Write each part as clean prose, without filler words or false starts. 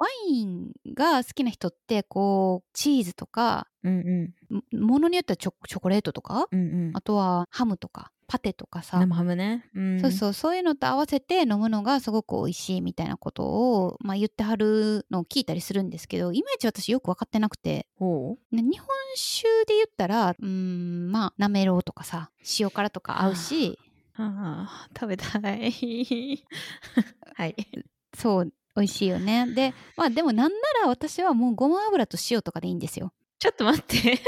インが好きな人ってこうチーズとか、ものによってはチョコレートとか、あとはハムとかパテとかさ、 生ハムね、 そういうのと合わせて飲むのがすごく美味しいみたいなことを、言ってはるのを聞いたりするんですけど、いまいち私よく分かってなくて、日本酒で言ったらなめろうとかさ、塩辛とか合うし、 食べたいはい、 そう美味しいよね。ででもなんなら私はもうごま油と塩とかでいいんですよ。 ちょっと待って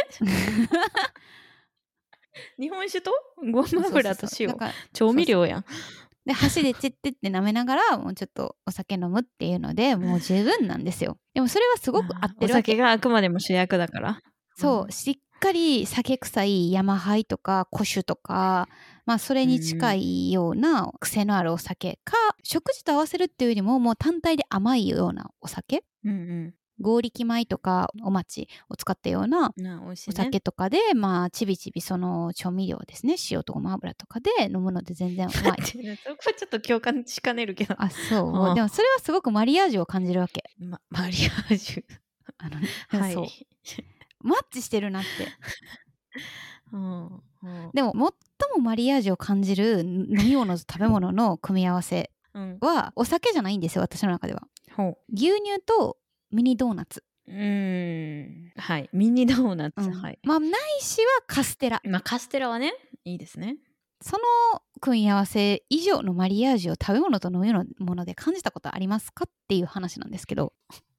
日本酒とごま油と塩、調味料やん。 で箸でチッチッって舐めながらもうちょっとお酒飲むっていうのでもう十分なんですよ。でもそれはすごく合ってるわけ。 お酒があくまでも主役だから。 そうしっかり酒臭い山ハイとか古酒とか、それに近いような癖のあるお酒か、食事と合わせるっていうよりももう単体で甘いようなお酒、合力米とかお町を使ったようなお酒とかで、ちびちびその調味料ですね、塩とごま油とかで飲むので全然うまいそこはちょっと共感しかねるけど。 そうでもそれはすごくマリアージュを感じるわけ。 マリアージュそうマッチしてるなってでも最もマリアージュを感じる飲み物と食べ物の組み合わせはお酒じゃないんですよ、私の中では。牛乳とミニドーナツ。 はい、ミニドーナツ、 はい。ないしはカステラ。 カステラはね、いいですね。 その組み合わせ以上のマリアージュを食べ物と飲み物で感じたことありますかっていう話なんですけど。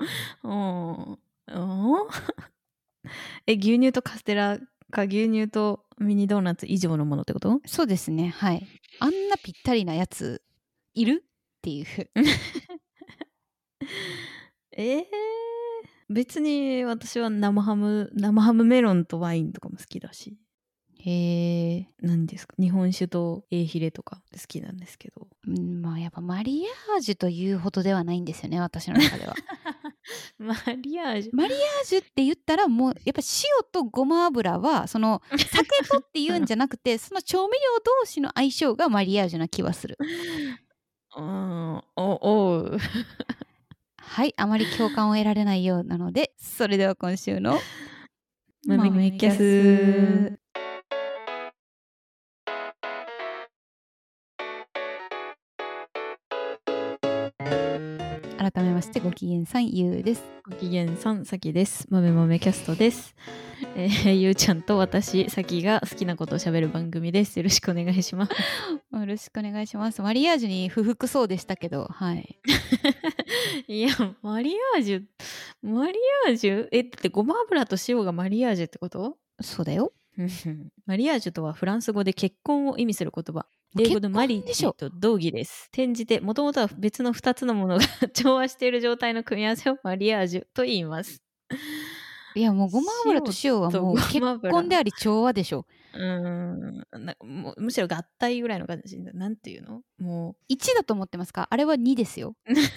牛乳とカステラか牛乳とミニドーナツ以上のものってこと？ そうですね、はい。あんなぴったりなやついるっていう別に私は生ハムメロンとワインとかも好きだし。 へえ。 何ですか、日本酒とエイヒレとか好きなんですけど。 やっぱマリアージュというほどではないんですよね、私の中では。 マリアージュって言ったらもうやっぱ塩とごま油はその酒とっていうんじゃなくてその調味料同士の相性がマリアージュな気はする。はい、あまり共感を得られないようなので、それでは今週の豆キャス。 改めましてご機嫌さんゆうです。 ご機嫌さんさきです。豆キャストです。ゆうちゃんと私さきが好きなことを喋る番組です。よろしくお願いします。 よろしくお願いします。マリアージュに不服そうでしたけど、はい。 いやマリアージュだってごま油と塩がマリアージュってこと？ そうだよ。 マリアージュとはフランス語で結婚を意味する言葉。英語のマリッジと同義です。転じてもともとは別の2つのものが調和している状態の組み合わせをマリアージュと言います。 いやもうごま油と塩はもう結婚であり調和でしょ。 むしろ合体ぐらいの感じ。なんていうの？もう 1だと思ってますか？あれは2ですよ。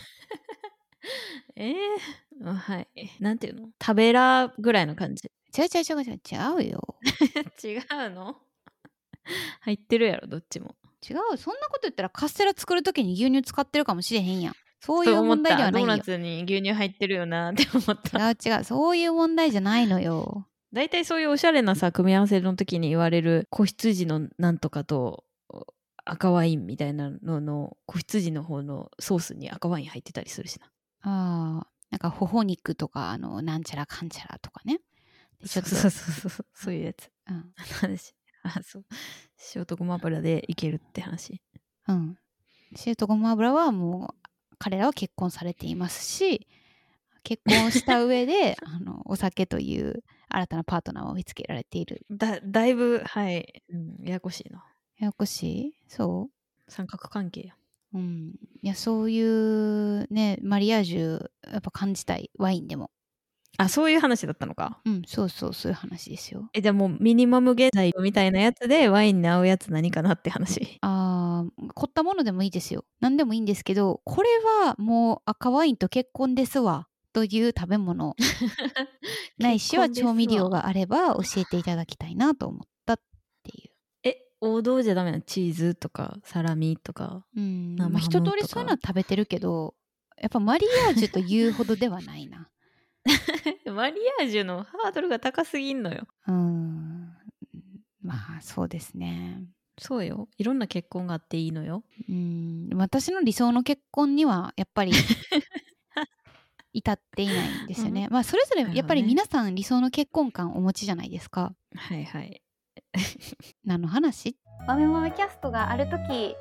はい。なんていうの？食べらぐらいの感じ。 違うよ。 違うの？入ってるやろどっちも。 違う、そんなこと言ったらカステラ作るときに牛乳使ってるかもしれへんやん。そういう問題ではないよ。 ドーナツに牛乳入ってるよなって思った。 違う、そういう問題じゃないのよ。 だいたいそういうおしゃれなさ組み合わせの時に言われる子羊のなんとかと赤ワインみたいなのの子羊の方のソースに赤ワイン入ってたりするしな。 なんかほほ肉とかなんちゃらかんちゃらとかね。 そういうやつ。そう塩とごま油でいけるって話。 塩とごま油はもう彼らは結婚されていますし、結婚した上でお酒という新たなパートナーを見つけられている。 だいぶはい、ややこしいな。 ややこしい？そう三角関係や。 いやそういうねマリアージュやっぱ感じたい、ワインでも。 そういう話だったのか。 そういう話ですよ。 じゃあもうミニマム現在みたいなやつでワインに合うやつ何かなって話。 凝ったものでもいいですよ。何でもいいんですけど、これはもう赤ワインと結婚ですわという食べ物ないしは調味料があれば教えていただきたいなと思ったっていう。 王道じゃダメなチーズとかサラミとか生ハムとか。 一通りそういうのは食べてるけど、 やっぱマリアージュというほどではないな。 マリアージュのハードルが高すぎんのよ。 まあそうですね。 そうよ。いろんな結婚があっていいのよ。 私の理想の結婚にはやっぱり至っていないんですよね。まあそれぞれやっぱり皆さん理想の結婚観お持ちじゃないですか。 はいはい。 何の話？豆豆キャストがあるとき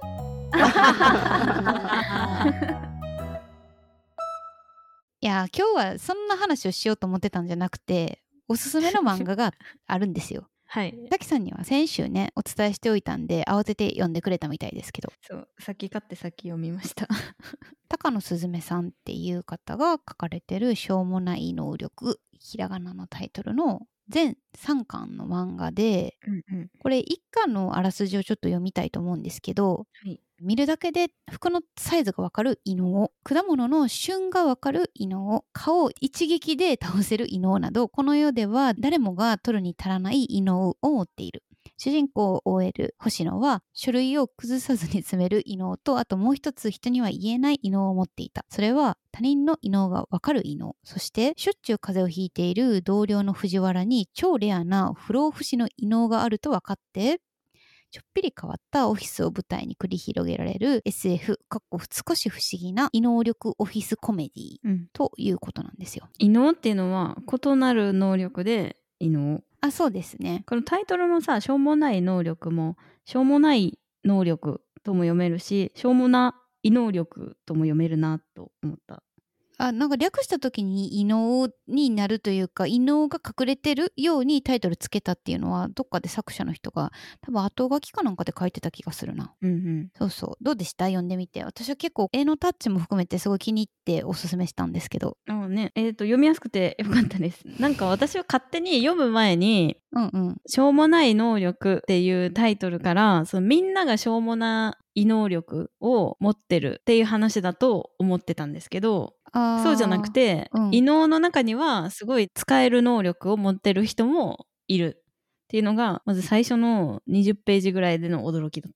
いや今日はそんな話をしようと思ってたんじゃなくて、おすすめの漫画があるんですよ。 はい。 さきさんには先週ねお伝えしておいたんで慌てて読んでくれたみたいですけど、 そう先買って先読みました。 高野すずめさんっていう方が書かれてるしょうもない能力、ひらがなのタイトルの全3巻の漫画で、これ1巻のあらすじをちょっと読みたいと思うんですけど、 はい、 見るだけで服のサイズがわかる異能、果物の旬がわかる異能、顔を一撃で倒せる異能など、この世では誰もが取るに足らない異能を持っている。主人公を OL 星野は書類を崩さずに詰める異能と、あともう一つ人には言えない異能を持っていた。それは他人の異能がわかる異能。そしてしょっちゅう風邪をひいている同僚の藤原に超レアな不老不死の異能があると分かって、ちょっぴり変わったオフィスを舞台に繰り広げられる SF 少し不思議な異能力オフィスコメディということなんですよ。 異能っていうのは異なる能力で異能。 そうですね。 このタイトルのさ、しょうもない能力もしょうもない能力とも読めるし、しょうもな異能力とも読めるなと思った。 なんか略した時に異能になるというか、異能が隠れてるようにタイトルつけたっていうのはどっかで作者の人が多分後書きかなんかで書いてた気がするな。そうそう。どうでした？読んでみて。私は結構絵のタッチも含めてすごい気に入っておすすめしたんですけど。 読みやすくてよかったです。なんか私は勝手に読む前にしょうもない能力っていうタイトルからみんながしょうもない異能力を持ってるっていう話だと思ってたんですけど、そうじゃなくて、異能の中にはすごい使える能力を持ってる人もいるっていうのがまず最初の20ページぐらいでの驚きだった。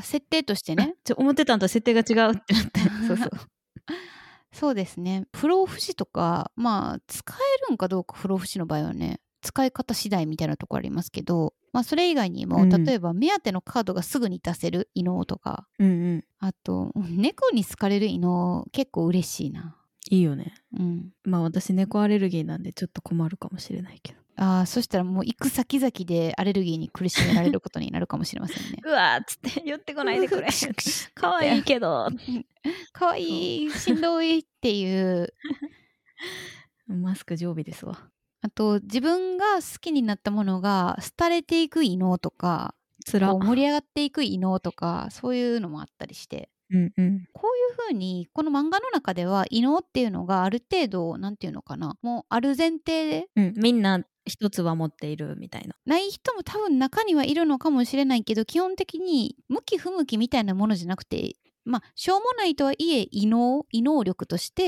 設定としてね。 思ってたんと設定が違うってなってそうそうそうですね。不老不死とか使えるんかどうか、不老不死の場合はね使い方次第みたいなところありますけど、それ以外にも、例えば目当てのカードがすぐに出せる異能とか、あと猫に好かれる異能結構嬉しいな。 いいよね。私猫アレルギーなんでちょっと困るかもしれないけど。 そしたらもう行く先々でアレルギーに苦しめられることになるかもしれませんね。 うわーっつって寄ってこないでくれ。可愛いけど。 可愛いしんどいっていうマスク常備ですわ。 あと自分が好きになったものが廃れていく異能とか、こう盛り上がっていく異能とか、そういうのもあったりして、こういう風にこの漫画の中では異能っていうのがある程度なんていうのかな、もうある前提で、 みんな一つは持っているみたいな。 ない人も多分中にはいるのかもしれないけど、基本的に向き不向きみたいなものじゃなくて、しょうもないとはいえ異能力として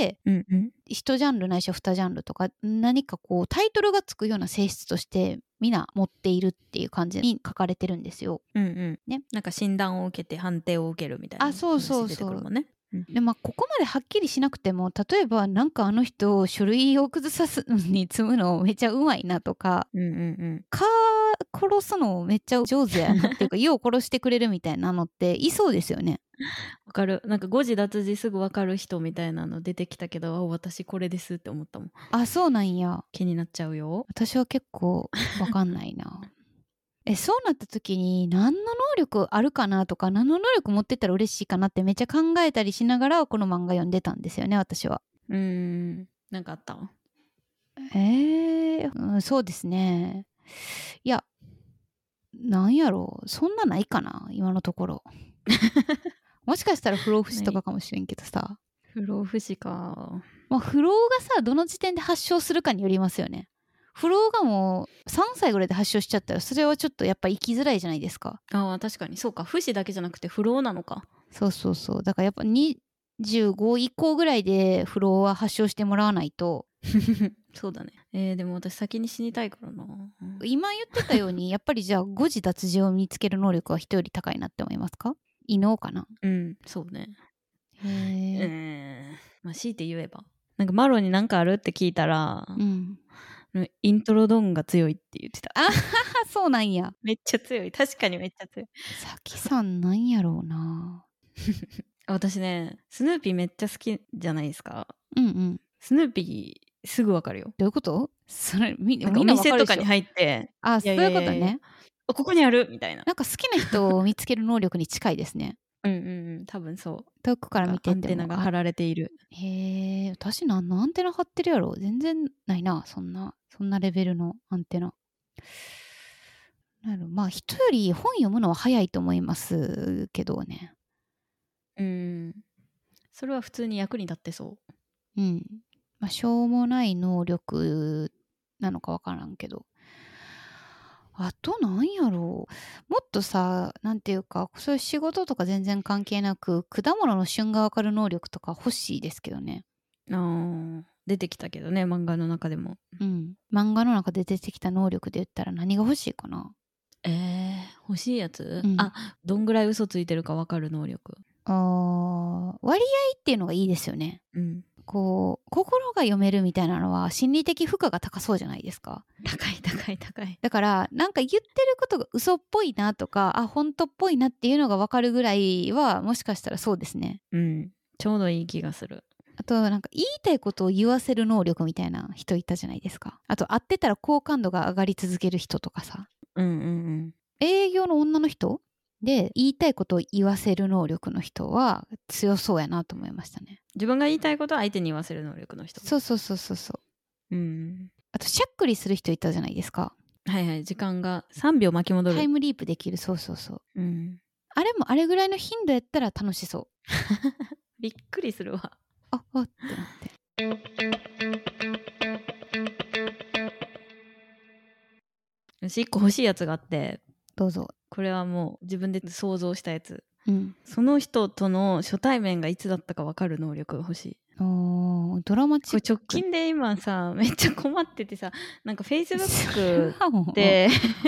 、1ジャンルないしは2ジャンルとか何かこうタイトルがつくような性質としてみんな持っているっていう感じに書かれてるんですよ。 ね、なんか診断を受けて判定を受けるみたいな話出てくるもんね。 でここまではっきりしなくても、例えばなんかあの人書類を崩さすのに積むのめっちゃうまいなとか、殺すのめっちゃ上手やなっていうかよう殺してくれるみたいなのっていそうですよね。 わかる。なんか誤字脱字すぐわかる人みたいなの出てきたけど、私これですって思ったもん。 そうなんや。 気になっちゃうよ。 私は結構わかんないな。そうなった時に何の能力あるかなとか、何の能力持ってったら嬉しいかなってめっちゃ考えたりしながらこの漫画読んでたんですよね、私は。 なんかあったわ。 そうですね。いや、なんやろう、そんなないかな今のところ。もしかしたら不老不死とかかもしれんけどさ。 不老不死か。 不老がさどの時点で発症するかによりますよね。不老がもう3歳ぐらいで発症しちゃったらそれはちょっとやっぱ生きづらいじゃないですか。 確かにそうか。不死だけじゃなくて不老なのか。 そうだからやっぱ25以降ぐらいで不老は発症してもらわないとそうだね。でも私先に死にたいからな。 今言ってたようにやっぱりじゃあ誤字脱字を見つける能力は人より高いなって思いますか？異能かな。 そうね。 まあ強いて言えばなんかマロに何かあるって聞いたら、イントロドンが強いって言ってた。 あはは、そうなんや。 めっちゃ強い。確かにめっちゃ強い。 さきさんなんやろうな。 私ね、スヌーピーめっちゃ好きじゃないですか。 うんうん。 スヌーピーすぐわかるよ。 どういうこと？それみなんかおんなわかるでしょ。 店とかに入って、 あ、そういうことね。 ここにあるみたいな。 なんか好きな人を見つける能力に近いですね。 うんうんうん、多分そう。 遠くから見ててもアンテナが張られている。 へえ、私何のアンテナ張ってるやろ？全然ないな、そんなレベルのアンテナ。まあ人より本読むのは早いと思いますけどね。 それは普通に役に立ってそう。 まあしょうもない能力なのかわからんけど。あとなんやろう。もっとさ、なんていうか、そういう仕事とか全然関係なく、果物の旬がわかる能力とか欲しいですけどね。 出てきたけどね、漫画の中でも。 漫画の中で出てきた能力で言ったら何が欲しいかな。 欲しいやつ、どんぐらい嘘ついてるかわかる能力。 割合っていうのがいいですよね。こう心が読めるみたいなのは心理的負荷が高そうじゃないですか。 高い。 だからなんか言ってることが嘘っぽいなとか本当っぽいなっていうのが分かるぐらいはもしかしたらそうですね。 ちょうどいい気がする。 あとなんか言いたいことを言わせる能力みたいな人いたじゃないですか。あと会ってたら好感度が上がり続ける人とかさ。営業の女の人で言いたいことを言わせる能力の人は強そうやなと思いましたね。 自分が言いたいことを相手に言わせる能力の人。 そう。あとしゃっくりする人いたじゃないですか。 時間が3秒巻き戻る。 タイムリープできる。そう。あれもあれぐらいの頻度やったら楽しそう。 びっくりするわ。 ってなって。 私1個欲しいやつがあって。 どうぞ。 これはもう自分で想像したやつ。その人との初対面がいつだったか分かる能力が欲しい。 ドラマチック。 直近で今さめっちゃ困っててさ、なんか Facebook で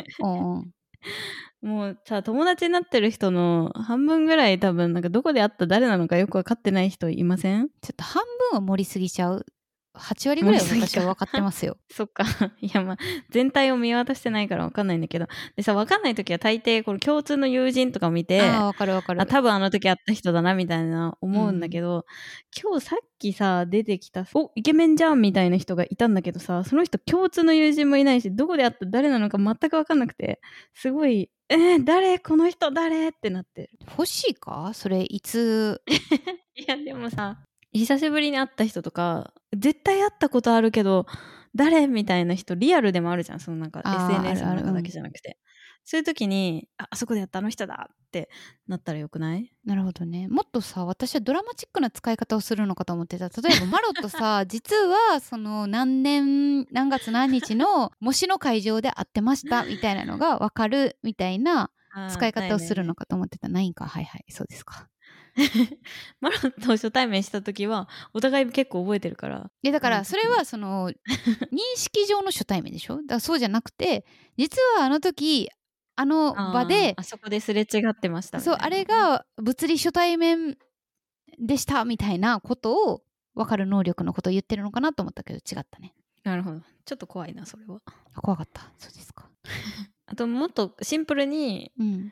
もうさ友達になってる人の半分ぐらい多分なんかどこで会った誰なのかよく分かってない人いません？ ちょっと半分は盛りすぎちゃう。8割ぐらいは私は分かってますよ。 そっか。いやまあ全体を見渡してないから分かんないんだけど、でさ分かんない時は大抵この共通の友人とかを見て、 分かる。 多分あの時会った人だなみたいな思うんだけど、今日さっきさ出てきたイケメンじゃんみたいな人がいたんだけどさ、その人共通の友人もいないしどこで会った誰なのか全く分かんなくて、すごい誰この人誰ってなってる。 欲しいかそれいついやでもさ久しぶりに会った人とか絶対会ったことあるけど誰みたいな人リアルでもあるじゃん。そのなんか SNS の中だけじゃなくて、そういう時にあそこでやったあの人だってなったらよくない？ なるほどね。もっとさ私はドラマチックな使い方をするのかと思ってた。例えばマロとさ実はその何月何日の模試の会場で会ってましたみたいなのが分かるみたいな使い方をするのかと思ってた。ないんか。はいそうですか。 マロと初対面した時はお互い結構覚えてるから。 いやだからそれはその認識上の初対面でしょ。だからそうじゃなくて実はあの時あの場であそこですれ違ってましたみたいな。 そうあれが物理初対面でしたみたいなことを分かる能力のことを言ってるのかなと思ったけど違ったね。 なるほど。ちょっと怖いなそれは。 怖かった。そうですか。 あともっとシンプルに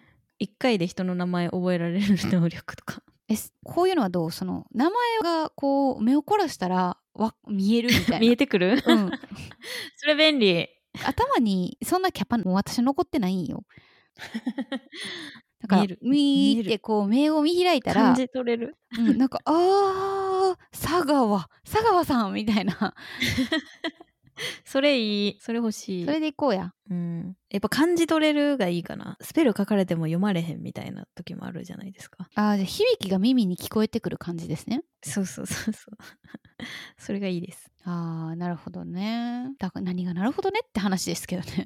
1回で人の名前覚えられる能力とか。 こういうのはどう？その名前がこう目を凝らしたら見えるみたいな。 見えてくる？それ便利。 頭にそんなキャパもう私残ってないんよ。だから見えてこう目を見開いたら感じ取れる。 なんか佐川さんみたいな。 それいい。それ欲しい。 それで行こうや。 やっぱ感じ取れるがいいかな。スペル書かれても読まれへんみたいな時もあるじゃないですか。 じゃあ響きが耳に聞こえてくる感じですね。 そうそれがいいです。 なるほどね。だから何がなるほどねって話ですけどね。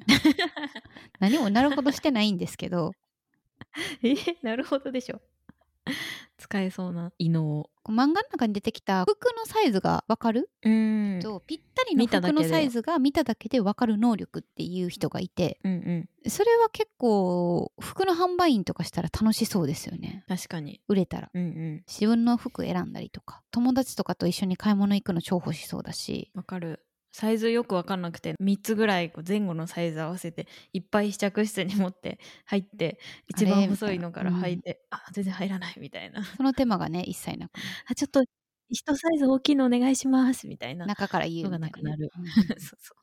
何もなるほどしてないんですけど。 なるほどでしょ。 使えそうな異能。 漫画の中に出てきた服のサイズがわかる、そうぴったりの見ただけで服のサイズが見ただけでわかる能力っていう人がいて、 うんうん。 それは結構服の販売員とかしたら楽しそうですよね。 確かに。 売れたらうんうん。 自分の服選んだりとか、友達とかと一緒に買い物行くの超欲しそうだし。 わかる。サイズよく分かんなくて3つぐらいこう前後のサイズ合わせていっぱい試着室に持って入って一番細いのから履いて、あ全然入らないみたいな。 その手間がね一切なくなる。 あちょっと一サイズ大きいのお願いしますみたいな中から言うのみたいな、 がなくなる。そうそう。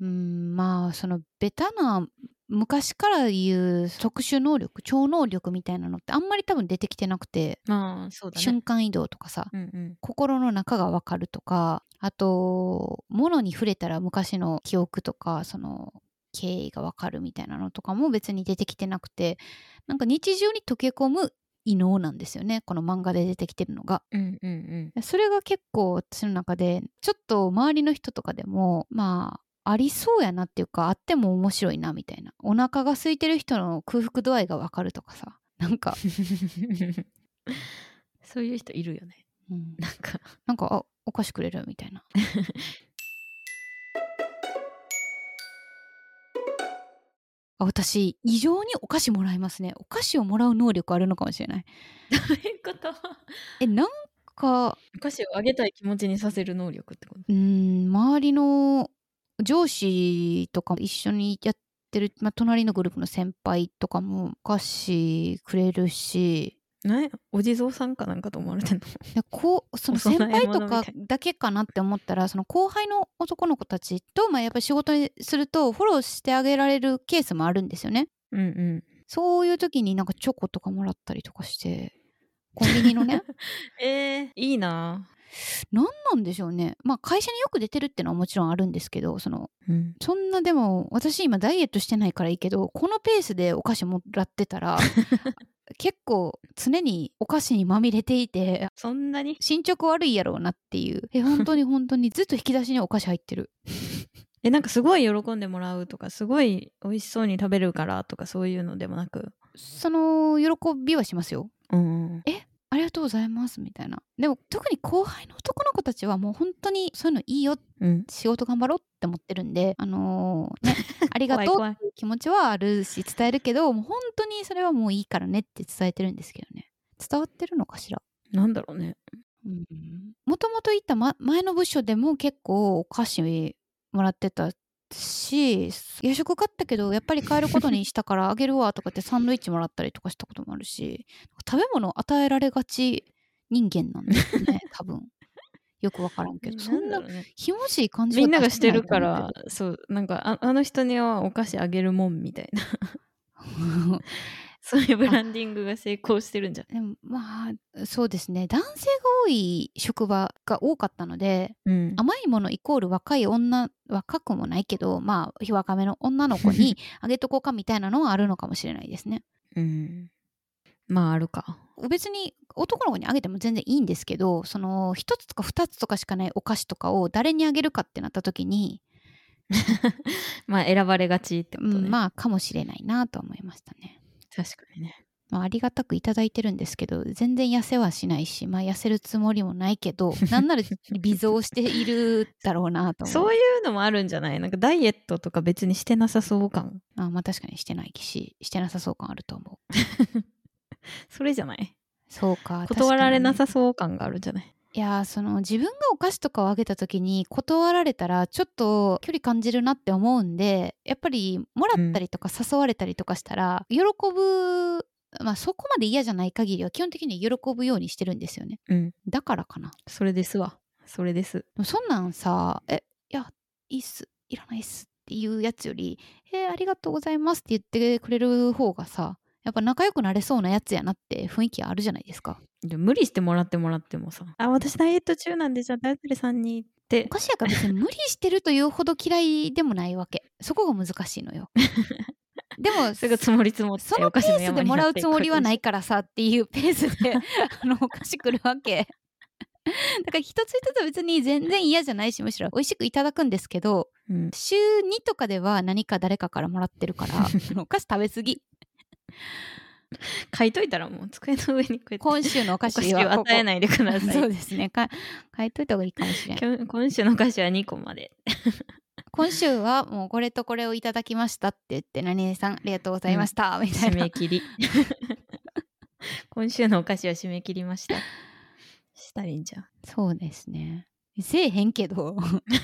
まあそのベタな昔から言う特殊能力、超能力みたいなのってあんまり多分出てきてなくて、 まあそうだね。 瞬間移動とかさ、 うんうん、 心の中がわかるとか、あと物に触れたら昔の記憶とかその経緯がわかるみたいなのとかも別に出てきてなくて、なんか日常に溶け込む異能なんですよね、この漫画で出てきてるのが。 うんうんうん、 それが結構私の中でちょっと周りの人とかでもまあありそうやなっていうか、あっても面白いなみたいな、お腹が空いてる人の空腹度合いがわかるとかさ、なんかそういう人いるよね、 なんかあお菓子くれるみたいな私異常にお菓子もらいますね。お菓子をもらう能力あるのかもしれない。 どういうこと？ なんかお菓子をあげたい気持ちにさせる能力ってこと？ 周りの上司とか一緒にやってる、隣のグループの先輩とかもお菓子くれるし、 お地蔵さんかなんかと思われてんの？ その先輩とかだけかなって思ったら、その後輩の男の子たちと、やっぱり仕事にするとフォローしてあげられるケースもあるんですよね。 うんうん。 そういう時になんかチョコとかもらったりとかして、コンビニのねいいな。 何なんでしょうね。会社によく出てるってのはもちろんあるんですけど、そんなでも私今ダイエットしてないからいいけど、このペースでお菓子もらってたら結構常にお菓子にまみれていて、 そんなに進捗悪いやろうなっていう。本当に本当にずっと引き出しにお菓子入ってるなんかすごい喜んでもらうとか、すごい美味しそうに食べるからとか、そういうのでもなく、 その喜びはしますよ。 うんありがとうございますみたいな。でも特に後輩の男の子たちはもう本当にそういうのいいよ、仕事頑張ろうって思ってるんで、ありがとうっていう気持ちはあるし伝えるけど、もう本当にそれはもういいからねって伝えてるんですけどね。伝わってるのかしら。 なんだろうね。 もともと行った、前の部署でも結構お菓子もらってたし、夜食買ったけどやっぱり買えることにしたからあげるわとかってサンドイッチもらったりとかしたこともあるし、食べ物与えられがち人間なんですよね多分。よくわからんけど、そんなひもしい感じはみんながしてるから、そうなんかあの人にはお菓子あげるもんみたいなそういうブランディングが成功してるんじゃん。 でもそうですね、男性が多い職場が多かったので、甘いものイコール若くもないけど日若めの女の子にあげとこうかみたいなのはあるのかもしれないですね。 あるか。 別に男の子にあげても全然いいんですけど、その1つとか2つとかしかないお菓子とかを誰にあげるかってなった時に選ばれがちってことね。 かもしれないなと思いましたね。 確かにね。 ありがたくいただいてるんですけど、全然痩せはしないし、痩せるつもりもないけど、なんなら微増しているだろうなと思う。 そういうのもあるんじゃない？なんかダイエットとか別にしてなさそう感。 確かにしてないし、してなさそう感あると思う。 それじゃない？ そうか。 断られなさそう感があるんじゃない？ いや自分がお菓子とかをあげた時に断られたらちょっと距離感じるなって思うんで、やっぱりもらったりとか誘われたりとかしたら、喜ぶ、そこまで嫌じゃない限りは基本的に喜ぶようにしてるんですよね。だからかな。 それですわ。それです。 そんなんさ、いやいいっす、いらないっすっていうやつより、ありがとうございますって言ってくれる方がさ、やっぱ仲良くなれそうなやつやなって雰囲気あるじゃないですか。 無理してもらってもさ、私ダイエット中なんで、じゃあ誰々さんにっておかしいから別に無理してるというほど嫌いでもないわけ。そこが難しいのよ。でもそれが積もり積もってそのペースでもらうつもりはないからさっていうペースでお菓子来るわけ。だから一つ一つ別に全然嫌じゃないし、むしろ美味しくいただくんですけど、週2とかでは何か誰かからもらってるからお菓子食べ過ぎ書いといたらもう机の上にこうやって今週のお菓お菓子は子を与えないでください。 そうですね。書いといた方がいいかもしれない。 今週のお菓子は2個まで。 今週はもうこれとこれをいただきましたって言って、何々さんありがとうございました、みたいな。 締め切り。今週のお菓子は締め切りました。したらいいんじゃん。 そうですね。せえへんけど。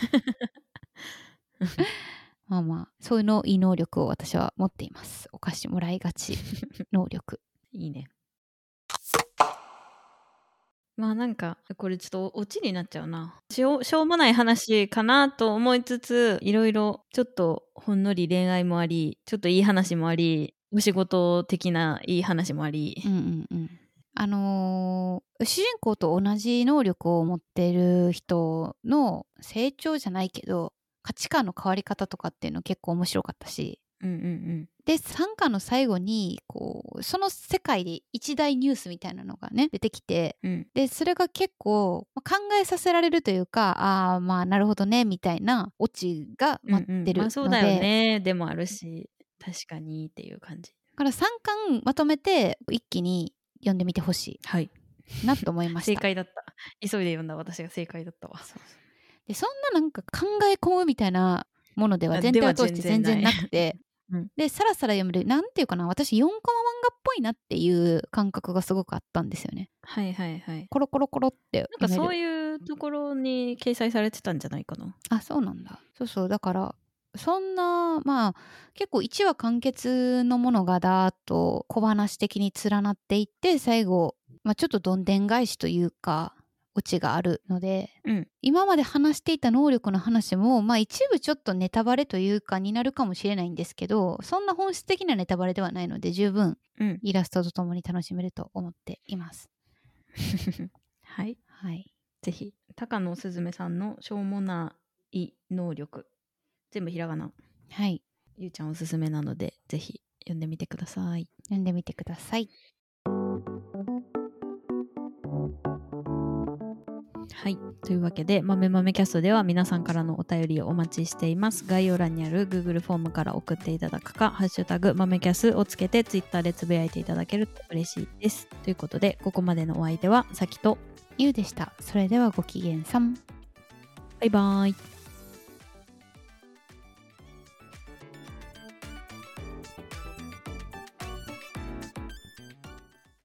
まあまあ、そういうのいい能力を私は持っています。お菓子もらいがち能力。 いいね。まあなんかこれちょっとオチになっちゃうな。しょうもない話かなと思いつつ、いろいろちょっとほんのり恋愛もあり、ちょっといい話もあり、お仕事的ないい話もあり。 うんうんうん。主人公と同じ能力を持ってる人の成長じゃないけど価値観の変わり方とかっていうの結構面白かったし、 うんうんうん。 で3巻の最後にこうその世界で一大ニュースみたいなのがね出てきて、 うん、 でそれが結構考えさせられるというか、ああまあなるほどねみたいなオチが待ってるので、 まあそうだよね。でもあるし、確かにっていう感じ。 だから3巻まとめて一気に読んでみてほしはい。 いなと思いました。 正解だった。急いで読んだ私が正解だったわ。 でそんななんか考え込むみたいなものでは全体を通して全然なくて、でさらさら読める、なんていうかな、私4コマ漫画っぽいなっていう感覚がすごくあったんですよね。 はいはいはい。 コロコロコロってなんかそういうところに掲載されてたんじゃないかな。 あ、そうなんだ。そうそう、だからそんなまあ結構1話完結のものがだーっと小話的に連なっていって最後、ちょっとどんでん返しというかオチがあるので、今まで話していた能力の話も一部ちょっとネタバレというかになるかもしれないんですけど、そんな本質的なネタバレではないので十分イラストとともに楽しめると思っています。 はい、 はい、 ぜひ高野すずめさんのしょうもない能力、全部ひらがな、 はい、 ゆうちゃんおすすめなのでぜひ読んでみてください。 読んでみてください。 はい、というわけで豆豆キャストでは皆さんからのお便りをお待ちしています。概要欄にある Google フォームから送っていただくか、ハッシュタグ豆キャスをつけて Twitter でつぶやいていただけると嬉しいです。ということでここまでのお相手はさきとゆうでした。それではごきげんさん。 バイバイ。